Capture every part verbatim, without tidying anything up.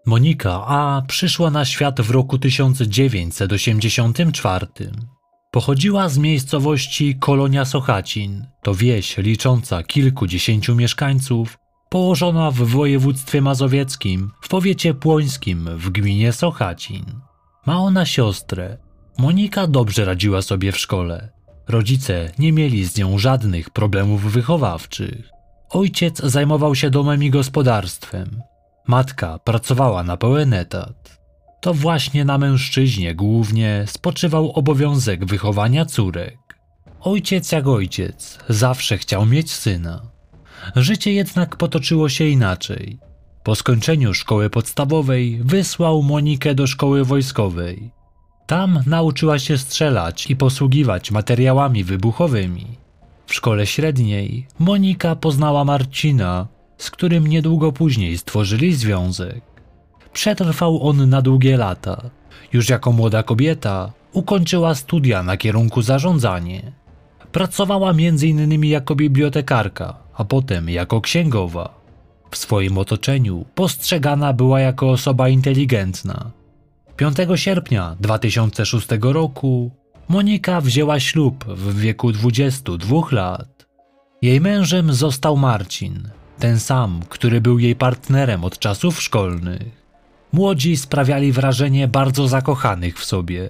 Monika A. przyszła na świat w roku tysiąc dziewięćset osiemdziesiątym czwartym. Pochodziła z miejscowości Kolonia Sochacin. To wieś licząca kilkudziesięciu mieszkańców, położona w województwie mazowieckim, w powiecie płońskim, w gminie Sochacin. Ma ona siostrę. Monika dobrze radziła sobie w szkole. Rodzice nie mieli z nią żadnych problemów wychowawczych. Ojciec zajmował się domem i gospodarstwem. Matka pracowała na pełen etat. To właśnie na mężczyźnie głównie spoczywał obowiązek wychowania córek. Ojciec jak ojciec zawsze chciał mieć syna. Życie jednak potoczyło się inaczej. Po skończeniu szkoły podstawowej wysłał Monikę do szkoły wojskowej. Tam nauczyła się strzelać i posługiwać materiałami wybuchowymi. W szkole średniej Monika poznała Marcina, z którym niedługo później stworzyli związek. Przetrwał on na długie lata. Już jako młoda kobieta ukończyła studia na kierunku zarządzanie. Pracowała między innymi jako bibliotekarka, a potem jako księgowa. W swoim otoczeniu postrzegana była jako osoba inteligentna. piątego sierpnia dwa tysiące szóstego roku Monika wzięła ślub w wieku dwudziestu dwóch lat. Jej mężem został Marcin, ten sam, który był jej partnerem od czasów szkolnych. Młodzi sprawiali wrażenie bardzo zakochanych w sobie.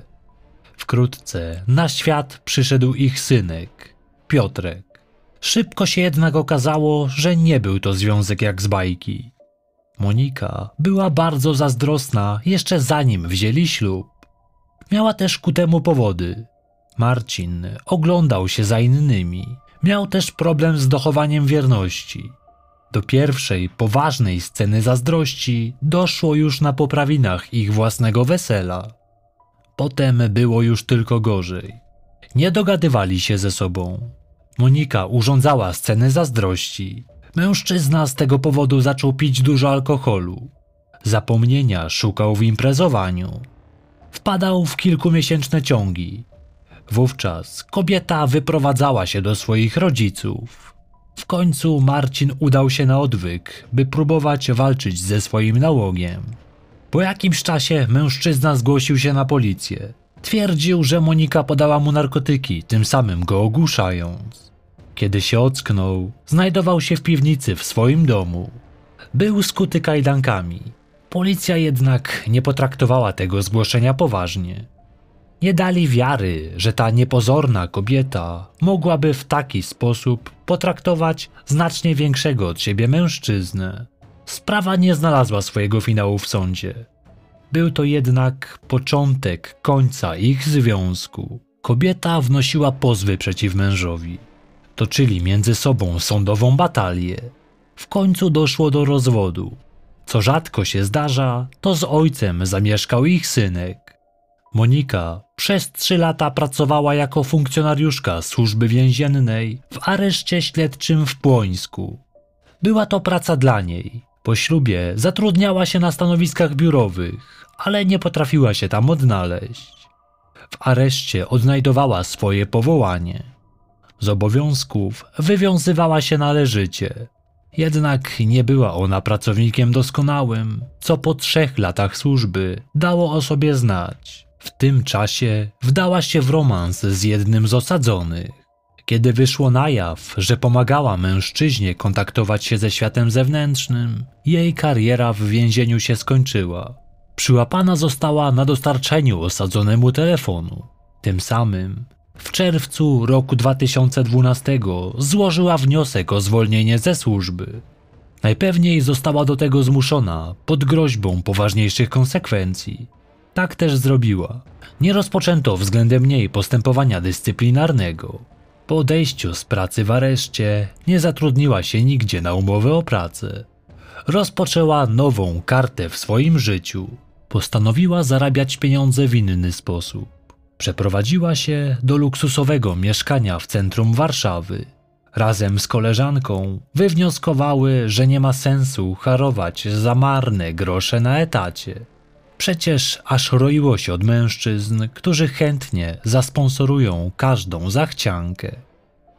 Wkrótce na świat przyszedł ich synek, Piotrek. Szybko się jednak okazało, że nie był to związek jak z bajki. Monika była bardzo zazdrosna jeszcze zanim wzięli ślub. Miała też ku temu powody. Marcin oglądał się za innymi. Miał też problem z dochowaniem wierności. Do pierwszej, poważnej sceny zazdrości doszło już na poprawinach ich własnego wesela. Potem było już tylko gorzej. Nie dogadywali się ze sobą. Monika urządzała sceny zazdrości. Mężczyzna z tego powodu zaczął pić dużo alkoholu. Zapomnienia szukał w imprezowaniu. Wpadał w kilkumiesięczne ciągi. Wówczas kobieta wyprowadzała się do swoich rodziców. W końcu Marcin udał się na odwyk, by próbować walczyć ze swoim nałogiem. Po jakimś czasie mężczyzna zgłosił się na policję. Twierdził, że Monika podała mu narkotyki, tym samym go ogłuszając. Kiedy się ocknął, znajdował się w piwnicy w swoim domu. Był skuty kajdankami. Policja jednak nie potraktowała tego zgłoszenia poważnie. Nie dali wiary, że ta niepozorna kobieta mogłaby w taki sposób potraktować znacznie większego od siebie mężczyznę. Sprawa nie znalazła swojego finału w sądzie. Był to jednak początek końca ich związku. Kobieta wnosiła pozwy przeciw mężowi. Toczyli między sobą sądową batalię. W końcu doszło do rozwodu. Co rzadko się zdarza, to z ojcem zamieszkał ich synek. Monika przez trzy lata pracowała jako funkcjonariuszka służby więziennej w areszcie śledczym w Płońsku. Była to praca dla niej. Po ślubie zatrudniała się na stanowiskach biurowych, ale nie potrafiła się tam odnaleźć. W areszcie odnajdowała swoje powołanie. Z obowiązków wywiązywała się należycie. Jednak nie była ona pracownikiem doskonałym, co po trzech latach służby dało o sobie znać. W tym czasie wdała się w romans z jednym z osadzonych. Kiedy wyszło na jaw, że pomagała mężczyźnie kontaktować się ze światem zewnętrznym, jej kariera w więzieniu się skończyła. Przyłapana została na dostarczeniu osadzonemu telefonu. Tym samym w czerwcu roku dwa tysiące dwunastego złożyła wniosek o zwolnienie ze służby. Najpewniej została do tego zmuszona pod groźbą poważniejszych konsekwencji. Tak też zrobiła. Nie rozpoczęto względem niej postępowania dyscyplinarnego. Po odejściu z pracy w areszcie nie zatrudniła się nigdzie na umowę o pracę. Rozpoczęła nową kartę w swoim życiu. Postanowiła zarabiać pieniądze w inny sposób. Przeprowadziła się do luksusowego mieszkania w centrum Warszawy. Razem z koleżanką wywnioskowały, że nie ma sensu harować za marne grosze na etacie. Przecież aż roiło się od mężczyzn, którzy chętnie zasponsorują każdą zachciankę.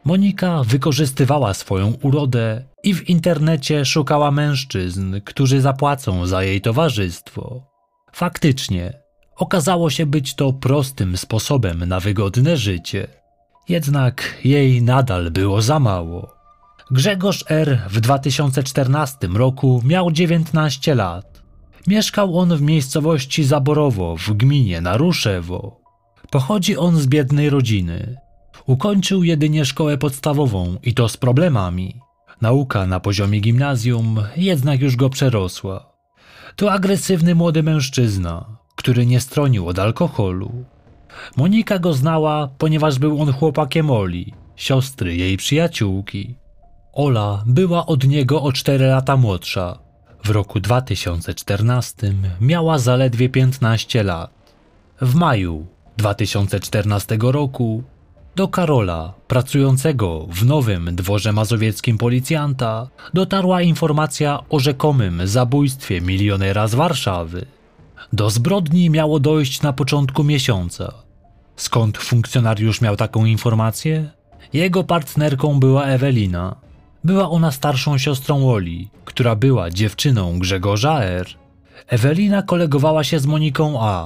Monika wykorzystywała swoją urodę i w internecie szukała mężczyzn, którzy zapłacą za jej towarzystwo. Faktycznie, okazało się być to prostym sposobem na wygodne życie. Jednak jej nadal było za mało. Grzegorz R. w dwa tysiące czternastym roku miał dziewiętnaście lat. Mieszkał on w miejscowości Zaborowo w gminie Naruszewo. Pochodzi on z biednej rodziny. Ukończył jedynie szkołę podstawową i to z problemami. Nauka na poziomie gimnazjum jednak już go przerosła. To agresywny młody mężczyzna, który nie stronił od alkoholu. Monika go znała, ponieważ był on chłopakiem Oli, siostry jej przyjaciółki. Ola była od niego o cztery lata młodsza. W roku dwa tysiące czternastym miała zaledwie piętnaście lat. W maju dwa tysiące czternastego roku do Karola, pracującego w nowym dworze mazowieckim policjanta, dotarła informacja o rzekomym zabójstwie milionera z Warszawy. Do zbrodni miało dojść na początku miesiąca. Skąd funkcjonariusz miał taką informację? Jego partnerką była Ewelina. Była ona starszą siostrą Oli, która była dziewczyną Grzegorza R. Ewelina kolegowała się z Moniką A.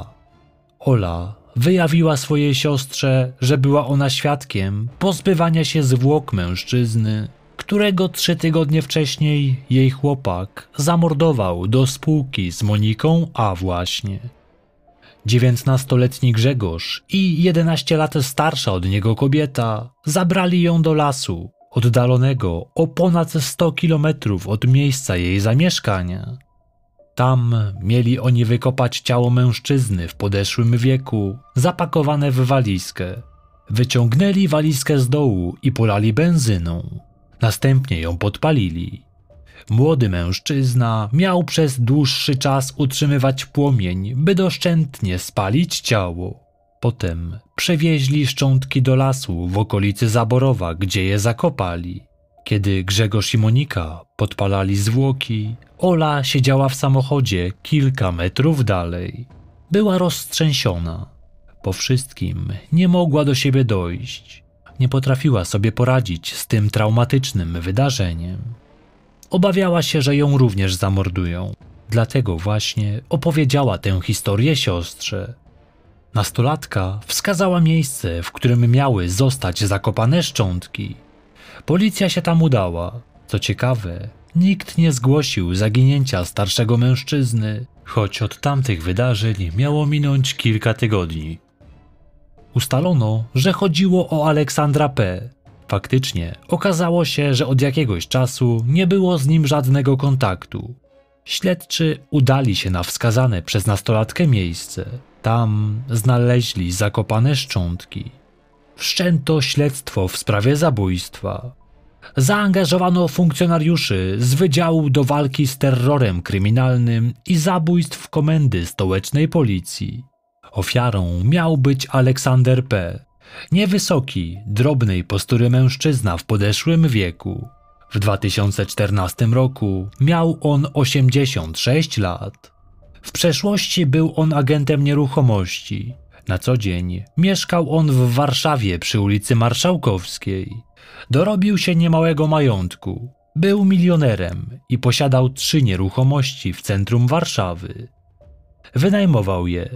Ola wyjawiła swojej siostrze, że była ona świadkiem pozbywania się zwłok mężczyzny, którego trzy tygodnie wcześniej jej chłopak zamordował do spółki z Moniką A właśnie. dziewiętnastoletni Grzegorz i jedenaście lat starsza od niego kobieta zabrali ją do lasu, oddalonego o ponad sto kilometrów od miejsca jej zamieszkania. Tam mieli oni wykopać ciało mężczyzny w podeszłym wieku, zapakowane w walizkę. Wyciągnęli walizkę z dołu i polali benzyną. Następnie ją podpalili. Młody mężczyzna miał przez dłuższy czas utrzymywać płomień, by doszczętnie spalić ciało. Potem przewieźli szczątki do lasu w okolicy Zaborowa, gdzie je zakopali. Kiedy Grzegorz i Monika podpalali zwłoki, Ola siedziała w samochodzie kilka metrów dalej. Była roztrzęsiona. Po wszystkim nie mogła do siebie dojść. Nie potrafiła sobie poradzić z tym traumatycznym wydarzeniem. Obawiała się, że ją również zamordują. Dlatego właśnie opowiedziała tę historię siostrze. Nastolatka wskazała miejsce, w którym miały zostać zakopane szczątki. Policja się tam udała. Co ciekawe, nikt nie zgłosił zaginięcia starszego mężczyzny, choć od tamtych wydarzeń miało minąć kilka tygodni. Ustalono, że chodziło o Aleksandra P. Faktycznie okazało się, że od jakiegoś czasu nie było z nim żadnego kontaktu. Śledczy udali się na wskazane przez nastolatkę miejsce. Tam znaleźli zakopane szczątki. Wszczęto śledztwo w sprawie zabójstwa. Zaangażowano funkcjonariuszy z Wydziału do Walki z Terrorem Kryminalnym i Zabójstw Komendy Stołecznej Policji. Ofiarą miał być Aleksander P. Niewysoki, drobnej postury mężczyzna w podeszłym wieku. W dwa tysiące czternastym roku miał on osiemdziesiąt sześć lat. W przeszłości był on agentem nieruchomości. Na co dzień mieszkał on w Warszawie przy ulicy Marszałkowskiej. Dorobił się niemałego majątku. Był milionerem i posiadał trzy nieruchomości w centrum Warszawy. Wynajmował je.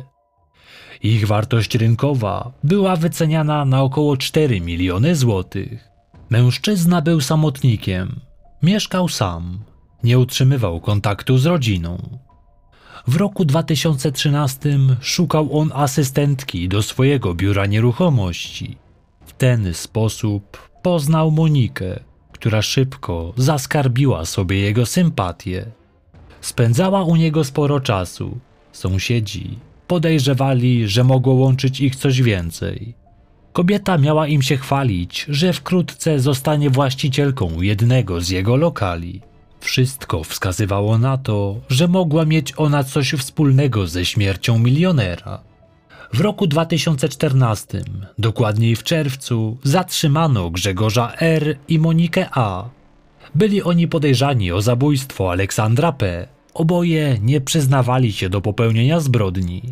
Ich wartość rynkowa była wyceniana na około cztery miliony złotych. Mężczyzna był samotnikiem. Mieszkał sam. Nie utrzymywał kontaktu z rodziną. W roku dwa tysiące trzynastym szukał on asystentki do swojego biura nieruchomości. W ten sposób poznał Monikę, która szybko zaskarbiła sobie jego sympatię. Spędzała u niego sporo czasu. Sąsiedzi podejrzewali, że mogło łączyć ich coś więcej. Kobieta miała im się chwalić, że wkrótce zostanie właścicielką jednego z jego lokali. Wszystko wskazywało na to, że mogła mieć ona coś wspólnego ze śmiercią milionera. W roku dwa tysiące czternastym, dokładniej w czerwcu, zatrzymano Grzegorza R. i Monikę A. Byli oni podejrzani o zabójstwo Aleksandra P. Oboje nie przyznawali się do popełnienia zbrodni.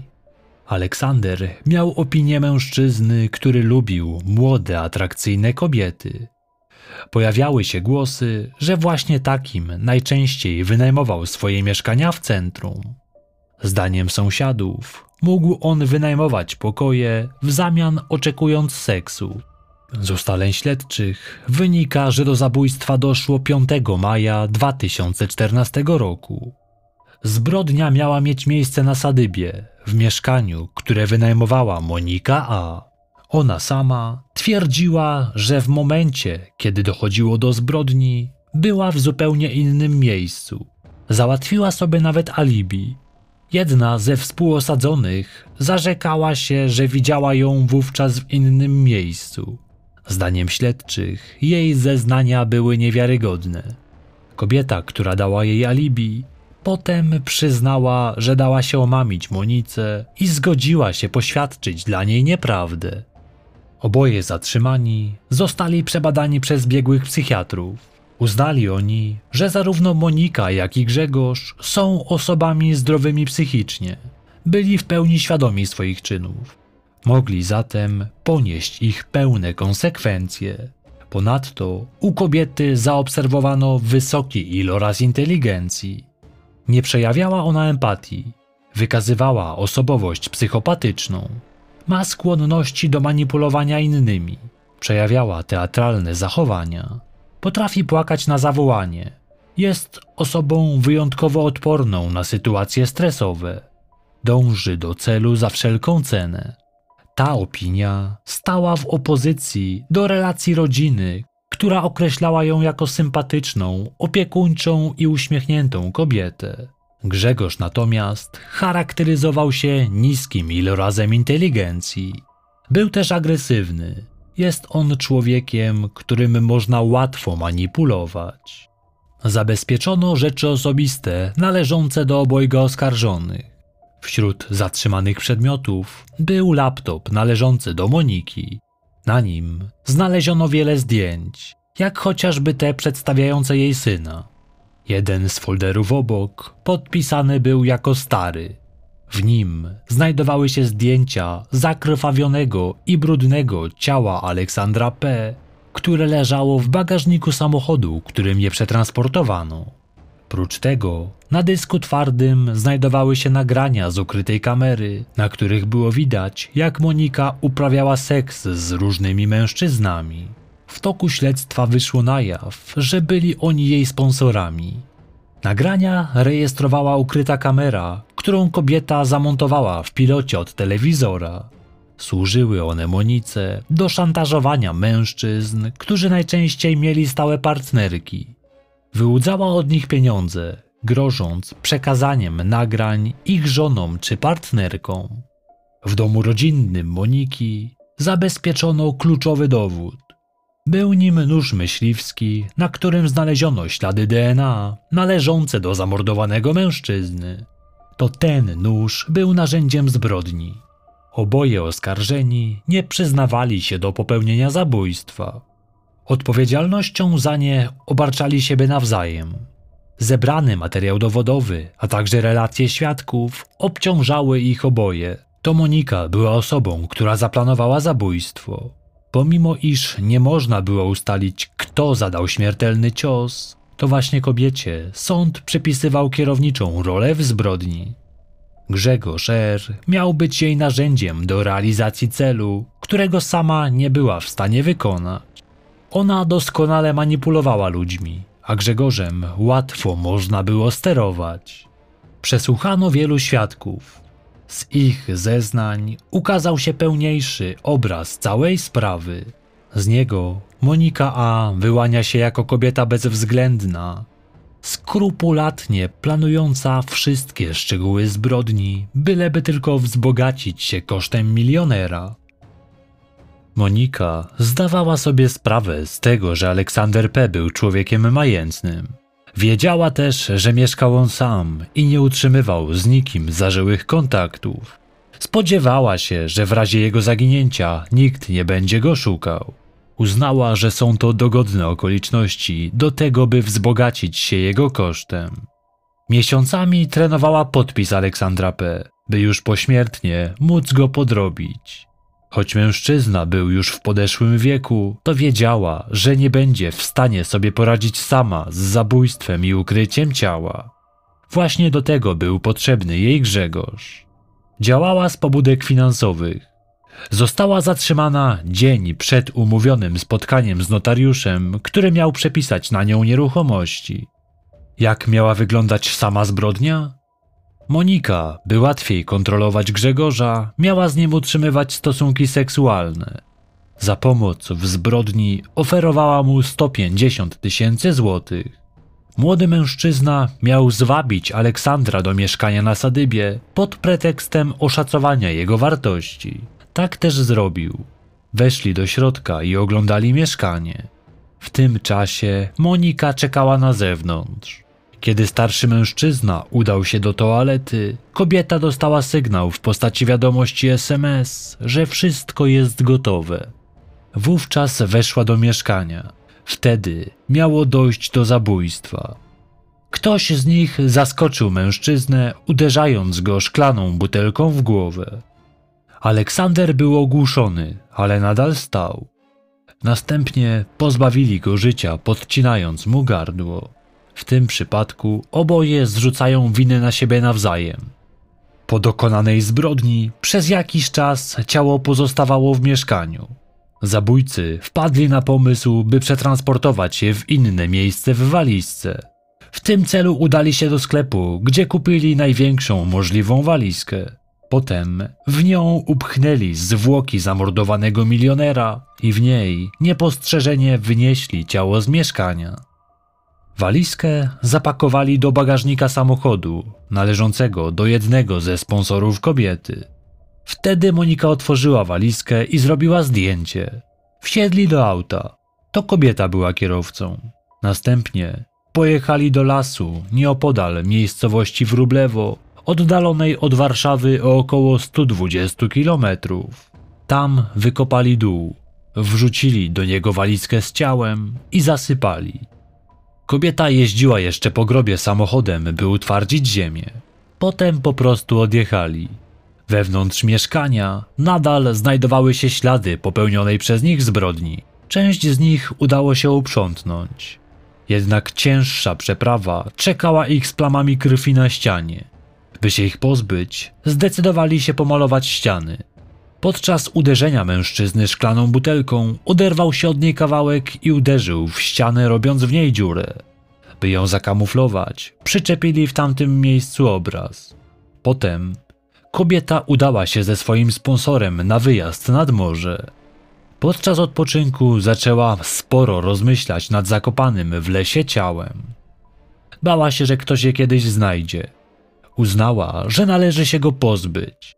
Aleksander miał opinię mężczyzny, który lubił młode, atrakcyjne kobiety. Pojawiały się głosy, że właśnie takim najczęściej wynajmował swoje mieszkania w centrum. Zdaniem sąsiadów mógł on wynajmować pokoje w zamian oczekując seksu. Z ustaleń śledczych wynika, że do zabójstwa doszło piątego maja dwa tysiące czternastego roku. Zbrodnia miała mieć miejsce na Sadybie, w mieszkaniu, które wynajmowała Monika A. Ona sama twierdziła, że w momencie, kiedy dochodziło do zbrodni, była w zupełnie innym miejscu. Załatwiła sobie nawet alibi. Jedna ze współosadzonych zarzekała się, że widziała ją wówczas w innym miejscu. Zdaniem śledczych jej zeznania były niewiarygodne. Kobieta, która dała jej alibi, potem przyznała, że dała się omamić Monice i zgodziła się poświadczyć dla niej nieprawdę. Oboje zatrzymani zostali przebadani przez biegłych psychiatrów. Uznali oni, że zarówno Monika, jak i Grzegorz są osobami zdrowymi psychicznie. Byli w pełni świadomi swoich czynów. Mogli zatem ponieść ich pełne konsekwencje. Ponadto u kobiety zaobserwowano wysoki iloraz inteligencji. Nie przejawiała ona empatii, wykazywała osobowość psychopatyczną, ma skłonności do manipulowania innymi, przejawiała teatralne zachowania, potrafi płakać na zawołanie, jest osobą wyjątkowo odporną na sytuacje stresowe, dąży do celu za wszelką cenę. Ta opinia stała w opozycji do relacji rodziny, która określała ją jako sympatyczną, opiekuńczą i uśmiechniętą kobietę. Grzegorz natomiast charakteryzował się niskim ilorazem inteligencji. Był też agresywny. Jest on człowiekiem, którym można łatwo manipulować. Zabezpieczono rzeczy osobiste należące do obojga oskarżonych. Wśród zatrzymanych przedmiotów był laptop należący do Moniki. Na nim znaleziono wiele zdjęć, jak chociażby te przedstawiające jej syna. Jeden z folderów obok podpisany był jako stary. W nim znajdowały się zdjęcia zakrwawionego i brudnego ciała Aleksandra P., które leżało w bagażniku samochodu, którym je przetransportowano. Prócz tego na dysku twardym znajdowały się nagrania z ukrytej kamery, na których było widać, jak Monika uprawiała seks z różnymi mężczyznami. W toku śledztwa wyszło na jaw, że byli oni jej sponsorami. Nagrania rejestrowała ukryta kamera, którą kobieta zamontowała w pilocie od telewizora. Służyły one Monice do szantażowania mężczyzn, którzy najczęściej mieli stałe partnerki. Wyłudzała od nich pieniądze, grożąc przekazaniem nagrań ich żonom czy partnerkom. W domu rodzinnym Moniki zabezpieczono kluczowy dowód. Był nim nóż myśliwski, na którym znaleziono ślady D N A należące do zamordowanego mężczyzny. To ten nóż był narzędziem zbrodni. Oboje oskarżeni nie przyznawali się do popełnienia zabójstwa. Odpowiedzialnością za nie obarczali siebie nawzajem. Zebrany materiał dowodowy, a także relacje świadków obciążały ich oboje. To Monika była osobą, która zaplanowała zabójstwo. Pomimo iż nie można było ustalić, kto zadał śmiertelny cios, to właśnie kobiecie sąd przypisywał kierowniczą rolę w zbrodni. Grzegorz R. miał być jej narzędziem do realizacji celu, którego sama nie była w stanie wykonać. Ona doskonale manipulowała ludźmi, a Grzegorzem łatwo można było sterować. Przesłuchano wielu świadków. Z ich zeznań ukazał się pełniejszy obraz całej sprawy. Z niego Monika A. wyłania się jako kobieta bezwzględna, skrupulatnie planująca wszystkie szczegóły zbrodni, byleby tylko wzbogacić się kosztem milionera. Monika zdawała sobie sprawę z tego, że Aleksander P. był człowiekiem majętnym. Wiedziała też, że mieszkał on sam i nie utrzymywał z nikim zażyłych kontaktów. Spodziewała się, że w razie jego zaginięcia nikt nie będzie go szukał. Uznała, że są to dogodne okoliczności do tego, by wzbogacić się jego kosztem. Miesiącami trenowała podpis Aleksandra P., by już pośmiertnie móc go podrobić. Choć mężczyzna był już w podeszłym wieku, to wiedziała, że nie będzie w stanie sobie poradzić sama z zabójstwem i ukryciem ciała. Właśnie do tego był potrzebny jej Grzegorz. Działała z pobudek finansowych. Została zatrzymana dzień przed umówionym spotkaniem z notariuszem, który miał przepisać na nią nieruchomości. Jak miała wyglądać sama zbrodnia? Monika, by łatwiej kontrolować Grzegorza, miała z nim utrzymywać stosunki seksualne. Za pomoc w zbrodni oferowała mu sto pięćdziesiąt tysięcy złotych. Młody mężczyzna miał zwabić Aleksandra do mieszkania na Sadybie pod pretekstem oszacowania jego wartości. Tak też zrobił. Weszli do środka i oglądali mieszkanie. W tym czasie Monika czekała na zewnątrz. Kiedy starszy mężczyzna udał się do toalety, kobieta dostała sygnał w postaci wiadomości es em es, że wszystko jest gotowe. Wówczas weszła do mieszkania. Wtedy miało dojść do zabójstwa. Ktoś z nich zaskoczył mężczyznę, uderzając go szklaną butelką w głowę. Aleksander był ogłuszony, ale nadal stał. Następnie pozbawili go życia, podcinając mu gardło. W tym przypadku oboje zrzucają winę na siebie nawzajem. Po dokonanej zbrodni przez jakiś czas ciało pozostawało w mieszkaniu. Zabójcy wpadli na pomysł, by przetransportować je w inne miejsce w walizce. W tym celu udali się do sklepu, gdzie kupili największą możliwą walizkę. Potem w nią upchnęli zwłoki zamordowanego milionera i w niej niepostrzeżenie wynieśli ciało z mieszkania. Walizkę zapakowali do bagażnika samochodu należącego do jednego ze sponsorów kobiety. Wtedy Monika otworzyła walizkę i zrobiła zdjęcie. Wsiedli do auta. To kobieta była kierowcą. Następnie pojechali do lasu nieopodal miejscowości Wróblewo, oddalonej od Warszawy o około sto dwadzieścia kilometrów. Tam wykopali dół, wrzucili do niego walizkę z ciałem i zasypali. Kobieta jeździła jeszcze po grobie samochodem, by utwardzić ziemię. Potem po prostu odjechali. Wewnątrz mieszkania nadal znajdowały się ślady popełnionej przez nich zbrodni. Część z nich udało się uprzątnąć. Jednak cięższa przeprawa czekała ich z plamami krwi na ścianie. By się ich pozbyć, zdecydowali się pomalować ściany. Podczas uderzenia mężczyzny szklaną butelką oderwał się od niej kawałek i uderzył w ścianę, robiąc w niej dziurę. By ją zakamuflować, przyczepili w tamtym miejscu obraz. Potem kobieta udała się ze swoim sponsorem na wyjazd nad morze. Podczas odpoczynku zaczęła sporo rozmyślać nad zakopanym w lesie ciałem. Bała się, że ktoś je kiedyś znajdzie. Uznała, że należy się go pozbyć.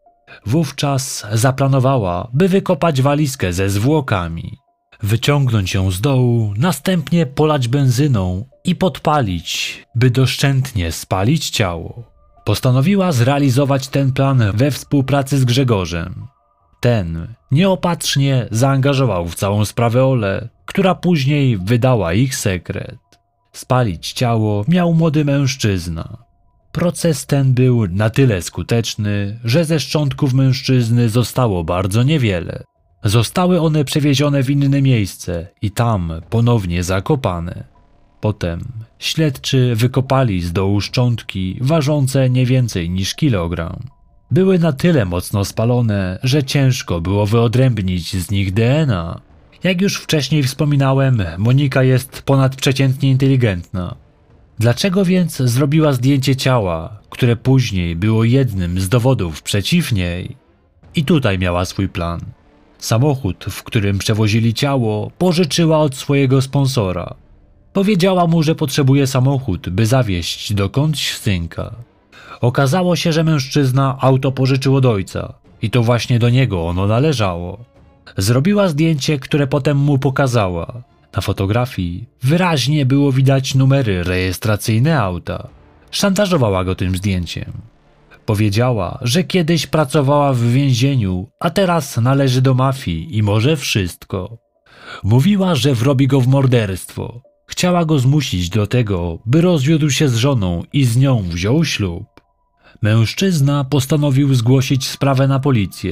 Wówczas zaplanowała, by wykopać walizkę ze zwłokami, wyciągnąć ją z dołu, następnie polać benzyną i podpalić, by doszczętnie spalić ciało. Postanowiła zrealizować ten plan we współpracy z Grzegorzem. Ten nieopatrznie zaangażował w całą sprawę Olę, która później wydała ich sekret. Spalić ciało miał młody mężczyzna. Proces ten był na tyle skuteczny, że ze szczątków mężczyzny zostało bardzo niewiele. Zostały one przewiezione w inne miejsce i tam ponownie zakopane. Potem śledczy wykopali z dołu szczątki ważące nie więcej niż kilogram. Były na tyle mocno spalone, że ciężko było wyodrębnić z nich D N A. Jak już wcześniej wspominałem, Monika jest ponadprzeciętnie inteligentna. Dlaczego więc zrobiła zdjęcie ciała, które później było jednym z dowodów przeciw niej? I tutaj miała swój plan. Samochód, w którym przewozili ciało, pożyczyła od swojego sponsora. Powiedziała mu, że potrzebuje samochód, by zawieźć dokądś synka. Okazało się, że mężczyzna auto pożyczył od ojca i to właśnie do niego ono należało. Zrobiła zdjęcie, które potem mu pokazała. Na fotografii wyraźnie było widać numery rejestracyjne auta. Szantażowała go tym zdjęciem. Powiedziała, że kiedyś pracowała w więzieniu, a teraz należy do mafii i może wszystko. Mówiła, że wrobi go w morderstwo. Chciała go zmusić do tego, by rozwiódł się z żoną i z nią wziął ślub. Mężczyzna postanowił zgłosić sprawę na policję.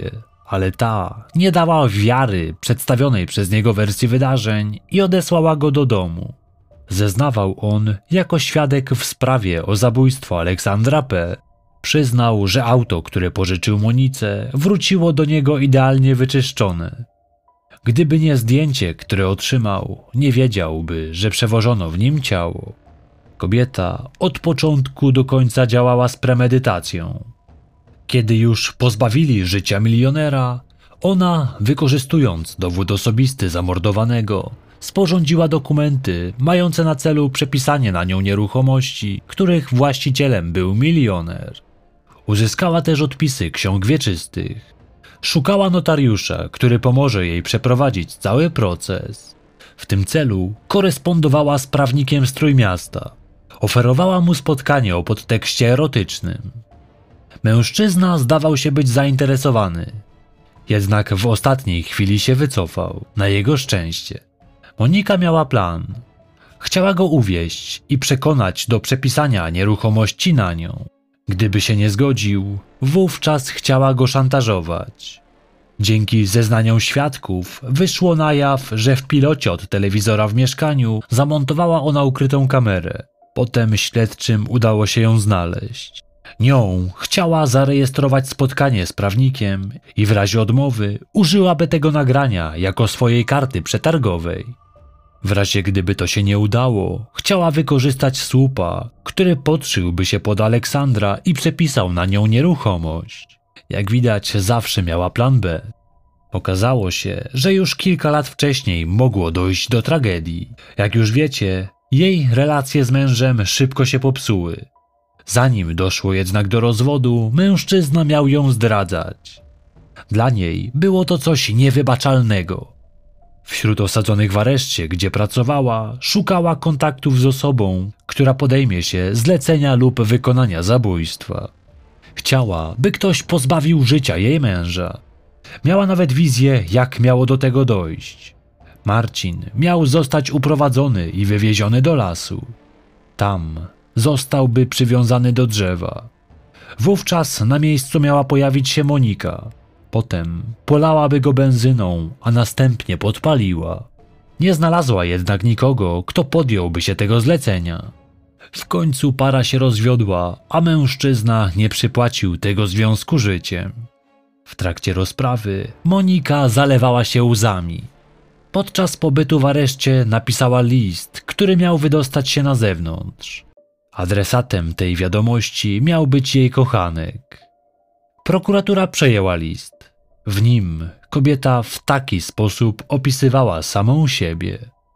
ale ta nie dała wiary przedstawionej przez niego wersji wydarzeń i odesłała go do domu. Zeznawał on jako świadek w sprawie o zabójstwo Aleksandra P. Przyznał, że auto, które pożyczył Monice, wróciło do niego idealnie wyczyszczone. Gdyby nie zdjęcie, które otrzymał, nie wiedziałby, że przewożono w nim ciało. Kobieta od początku do końca działała z premedytacją. Kiedy już pozbawili życia milionera, ona, wykorzystując dowód osobisty zamordowanego, sporządziła dokumenty mające na celu przepisanie na nią nieruchomości, których właścicielem był milioner. Uzyskała też odpisy ksiąg wieczystych. Szukała notariusza, który pomoże jej przeprowadzić cały proces. W tym celu korespondowała z prawnikiem z Trójmiasta. Oferowała mu spotkanie o podtekście erotycznym. Mężczyzna zdawał się być zainteresowany, jednak w ostatniej chwili się wycofał, na jego szczęście. Monika miała plan. Chciała go uwieść i przekonać do przepisania nieruchomości na nią. Gdyby się nie zgodził, wówczas chciała go szantażować. Dzięki zeznaniom świadków wyszło na jaw, że w pilocie od telewizora w mieszkaniu zamontowała ona ukrytą kamerę. Potem śledczym udało się ją znaleźć. Nią chciała zarejestrować spotkanie z prawnikiem i w razie odmowy użyłaby tego nagrania jako swojej karty przetargowej. W razie gdyby to się nie udało, chciała wykorzystać słupa, który podszyłby się pod Aleksandra i przepisał na nią nieruchomość. Jak widać, zawsze miała plan B. Okazało się, że już kilka lat wcześniej mogło dojść do tragedii. Jak już wiecie, jej relacje z mężem szybko się popsuły. Zanim doszło jednak do rozwodu, mężczyzna miał ją zdradzać. Dla niej było to coś niewybaczalnego. Wśród osadzonych w areszcie, gdzie pracowała, szukała kontaktów z osobą, która podejmie się zlecenia lub wykonania zabójstwa. Chciała, by ktoś pozbawił życia jej męża. Miała nawet wizję, jak miało do tego dojść. Marcin miał zostać uprowadzony i wywieziony do lasu. Tam zostałby przywiązany do drzewa. Wówczas na miejscu miała pojawić się Monika. Potem polałaby go benzyną, a następnie podpaliła. Nie znalazła jednak nikogo, kto podjąłby się tego zlecenia. W końcu para się rozwiodła, a mężczyzna nie przypłacił tego związku życiem. W trakcie rozprawy Monika zalewała się łzami. Podczas pobytu w areszcie napisała list, który miał wydostać się na zewnątrz. Adresatem tej wiadomości miał być jej kochanek. Prokuratura przejęła list. W nim kobieta w taki sposób opisywała samą siebie.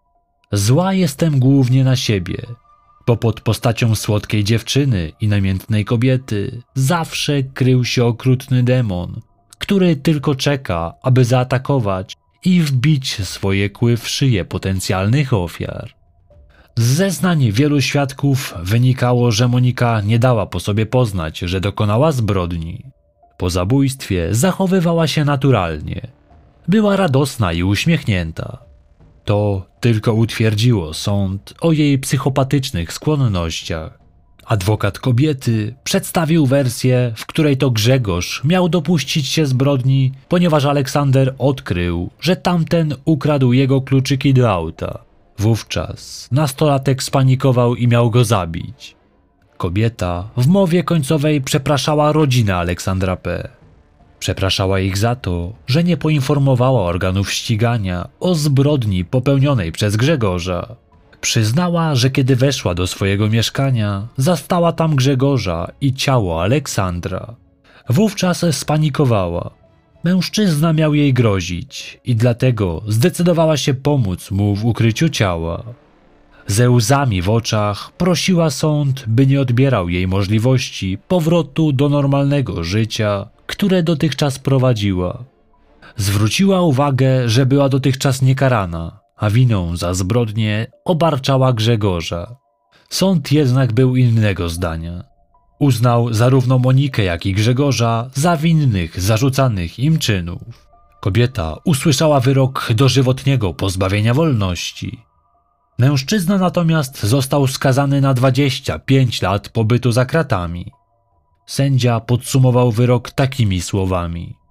Zła jestem głównie na siebie, bo pod postacią słodkiej dziewczyny i namiętnej kobiety zawsze krył się okrutny demon, który tylko czeka, aby zaatakować i wbić swoje kły w szyję potencjalnych ofiar. Z zeznań wielu świadków wynikało, że Monika nie dała po sobie poznać, że dokonała zbrodni. Po zabójstwie zachowywała się naturalnie. Była radosna i uśmiechnięta. To tylko utwierdziło sąd o jej psychopatycznych skłonnościach. Adwokat kobiety przedstawił wersję, w której to Grzegorz miał dopuścić się zbrodni, ponieważ Aleksander odkrył, że tamten ukradł jego kluczyki do auta. Wówczas nastolatek spanikował i miał go zabić. Kobieta w mowie końcowej przepraszała rodzinę Aleksandra P. Przepraszała ich za to, że nie poinformowała organów ścigania o zbrodni popełnionej przez Grzegorza. Przyznała, że kiedy weszła do swojego mieszkania, zastała tam Grzegorza i ciało Aleksandra. Wówczas spanikowała. Mężczyzna miał jej grozić i dlatego zdecydowała się pomóc mu w ukryciu ciała. Ze łzami w oczach prosiła sąd, by nie odbierał jej możliwości powrotu do normalnego życia, które dotychczas prowadziła. Zwróciła uwagę, że była dotychczas niekarana, a winą za zbrodnię obarczała Grzegorza. Sąd jednak był innego zdania. Uznał zarówno Monikę, jak i Grzegorza za winnych zarzucanych im czynów. Kobieta usłyszała wyrok dożywotniego pozbawienia wolności. Mężczyzna natomiast został skazany na dwadzieścia pięć lat pobytu za kratami. Sędzia podsumował wyrok takimi słowami: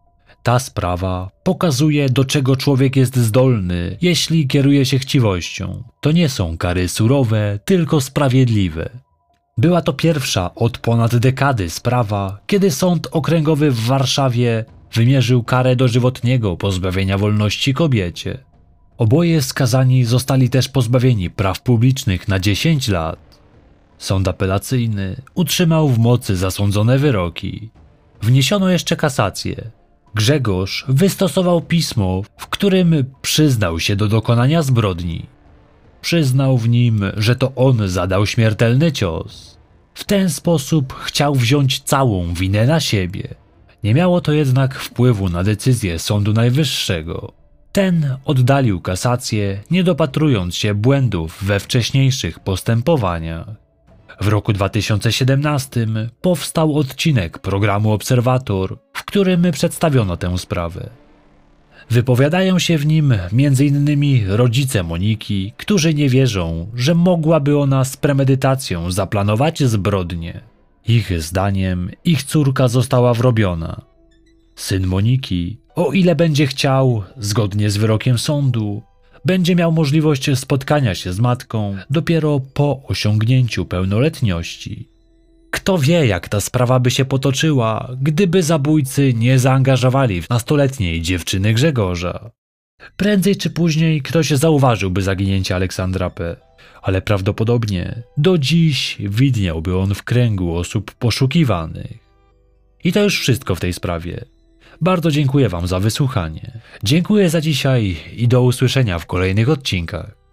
Ta sprawa pokazuje, do czego człowiek jest zdolny, jeśli kieruje się chciwością. To nie są kary surowe, tylko sprawiedliwe. Była to pierwsza od ponad dekady sprawa, kiedy Sąd Okręgowy w Warszawie wymierzył karę dożywotniego pozbawienia wolności kobiecie. Oboje skazani zostali też pozbawieni praw publicznych na dziesięć lat. Sąd apelacyjny utrzymał w mocy zasądzone wyroki. Wniesiono jeszcze kasację. Grzegorz wystosował pismo, w którym przyznał się do dokonania zbrodni. Przyznał w nim, że to on zadał śmiertelny cios. W ten sposób chciał wziąć całą winę na siebie. Nie miało to jednak wpływu na decyzję Sądu Najwyższego. Ten oddalił kasację, nie dopatrując się błędów we wcześniejszych postępowaniach. W roku dwa tysiące siedemnastym powstał odcinek programu Obserwator, w którym przedstawiono tę sprawę. Wypowiadają się w nim między innymi rodzice Moniki, którzy nie wierzą, że mogłaby ona z premedytacją zaplanować zbrodnię. Ich zdaniem ich córka została wrobiona. Syn Moniki, o ile będzie chciał, zgodnie z wyrokiem sądu, będzie miał możliwość spotkania się z matką dopiero po osiągnięciu pełnoletności. Kto wie, jak ta sprawa by się potoczyła, gdyby zabójcy nie zaangażowali w nastoletniej dziewczyny Grzegorza. Prędzej czy później ktoś zauważyłby zaginięcie Aleksandra P., ale prawdopodobnie do dziś widniałby on w kręgu osób poszukiwanych. I to już wszystko w tej sprawie. Bardzo dziękuję Wam za wysłuchanie. Dziękuję za dzisiaj i do usłyszenia w kolejnych odcinkach.